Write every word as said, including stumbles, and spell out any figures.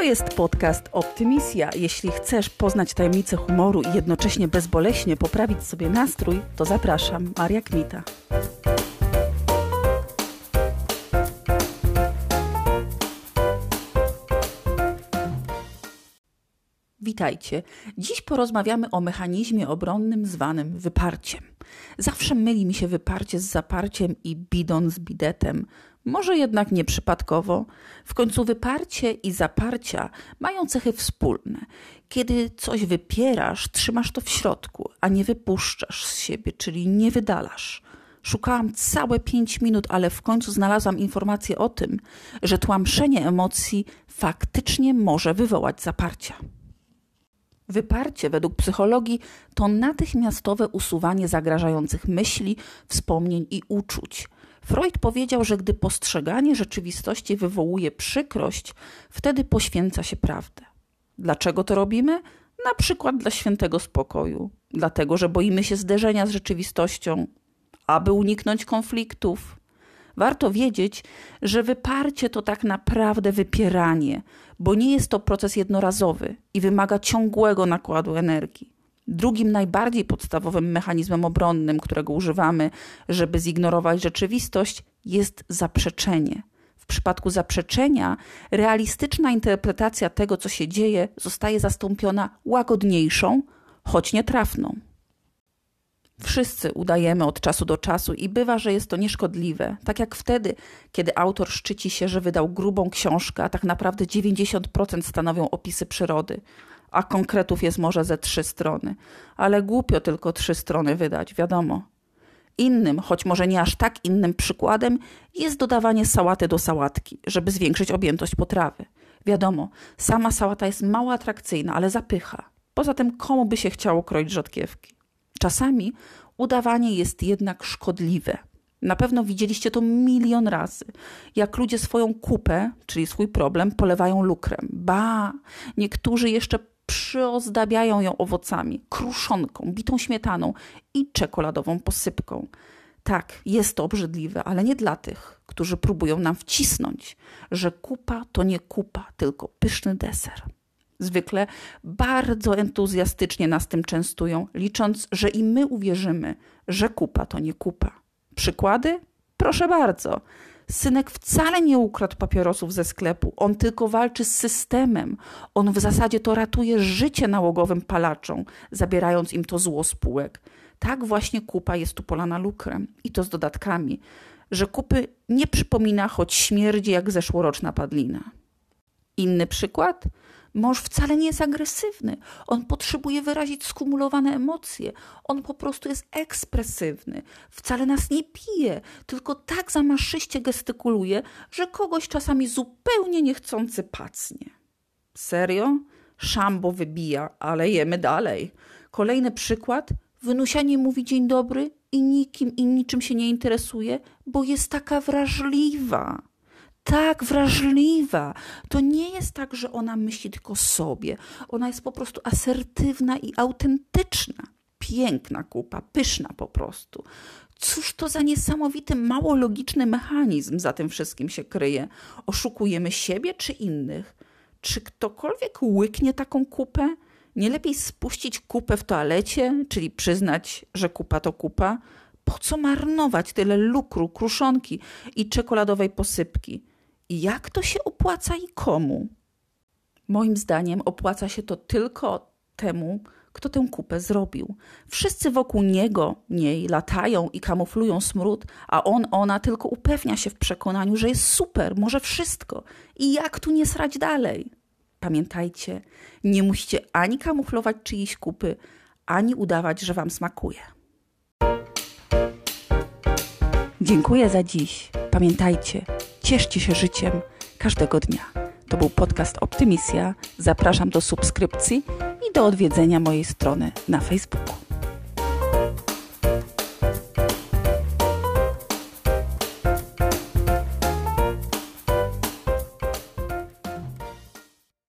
To jest podcast Optymisja. Jeśli chcesz poznać tajemnice humoru i jednocześnie bezboleśnie poprawić sobie nastrój, to zapraszam, Maria Kmita. Witajcie. Dziś porozmawiamy o mechanizmie obronnym zwanym wyparciem. Zawsze myli mi się wyparcie z zaparciem i bidon z bidetem. Może jednak nieprzypadkowo. W końcu wyparcie i zaparcia mają cechy wspólne. Kiedy coś wypierasz, trzymasz to w środku, a nie wypuszczasz z siebie, czyli nie wydalasz. Szukałam całe pięć minut, ale w końcu znalazłam informację o tym, że tłamszenie emocji faktycznie może wywołać zaparcia. Wyparcie według psychologii to natychmiastowe usuwanie zagrażających myśli, wspomnień i uczuć. Freud powiedział, że gdy postrzeganie rzeczywistości wywołuje przykrość, wtedy poświęca się prawdę. Dlaczego to robimy? Na przykład dla świętego spokoju. Dlatego, że boimy się zderzenia z rzeczywistością, aby uniknąć konfliktów. Warto wiedzieć, że wyparcie to tak naprawdę wypieranie, bo nie jest to proces jednorazowy i wymaga ciągłego nakładu energii. Drugim najbardziej podstawowym mechanizmem obronnym, którego używamy, żeby zignorować rzeczywistość, jest zaprzeczenie. W przypadku zaprzeczenia realistyczna interpretacja tego, co się dzieje, zostaje zastąpiona łagodniejszą, choć nietrafną. Wszyscy udajemy od czasu do czasu i bywa, że jest to nieszkodliwe. Tak jak wtedy, kiedy autor szczyci się, że wydał grubą książkę, a tak naprawdę dziewięćdziesiąt procent stanowią opisy przyrody, a konkretów jest może ze trzy strony. Ale głupio tylko trzy strony wydać, wiadomo. Innym, choć może nie aż tak innym przykładem jest dodawanie sałaty do sałatki, żeby zwiększyć objętość potrawy. Wiadomo, sama sałata jest mało atrakcyjna, ale zapycha. Poza tym komu by się chciało kroić rzodkiewki? Czasami udawanie jest jednak szkodliwe. Na pewno widzieliście to milion razy. Jak ludzie swoją kupę, czyli swój problem, polewają lukrem. Ba, niektórzy jeszcze przyozdabiają ją owocami, kruszonką, bitą śmietaną i czekoladową posypką. Tak, jest to obrzydliwe, ale nie dla tych, którzy próbują nam wcisnąć, że kupa to nie kupa, tylko pyszny deser. Zwykle bardzo entuzjastycznie nas tym częstują, licząc, że i my uwierzymy, że kupa to nie kupa. Przykłady? Proszę bardzo. Synek wcale nie ukradł papierosów ze sklepu, on tylko walczy z systemem. On w zasadzie to ratuje życie nałogowym palaczom, zabierając im to zło spółek. Tak właśnie kupa jest tu polana lukrem i to z dodatkami, że kupy nie przypomina, choć śmierdzi jak zeszłoroczna padlina. Inny przykład? Mąż wcale nie jest agresywny. On potrzebuje wyrazić skumulowane emocje. On po prostu jest ekspresywny. Wcale nas nie pije, tylko tak zamaszyście gestykuluje, że kogoś czasami zupełnie niechcący pacnie. Serio? Szambo wybija, ale jemy dalej. Kolejny przykład. Wynusia nie mówi dzień dobry i nikim i niczym się nie interesuje, bo jest taka wrażliwa. Tak wrażliwa. To nie jest tak, że ona myśli tylko sobie. Ona jest po prostu asertywna i autentyczna. Piękna kupa, pyszna po prostu. Cóż to za niesamowity, mało logiczny mechanizm za tym wszystkim się kryje? Oszukujemy siebie czy innych? Czy ktokolwiek łyknie taką kupę? Nie lepiej spuścić kupę w toalecie, czyli przyznać, że kupa to kupa? Po co marnować tyle lukru, kruszonki i czekoladowej posypki? I jak to się opłaca i komu? Moim zdaniem opłaca się to tylko temu, kto tę kupę zrobił. Wszyscy wokół niego, niej latają i kamuflują smród, a on, ona tylko upewnia się w przekonaniu, że jest super, może wszystko. I jak tu nie srać dalej? Pamiętajcie, nie musicie ani kamuflować czyjejś kupy, ani udawać, że wam smakuje. Dziękuję za dziś. Pamiętajcie, cieszcie się życiem każdego dnia. To był podcast Optymisja. Zapraszam do subskrypcji i do odwiedzenia mojej strony na Facebooku.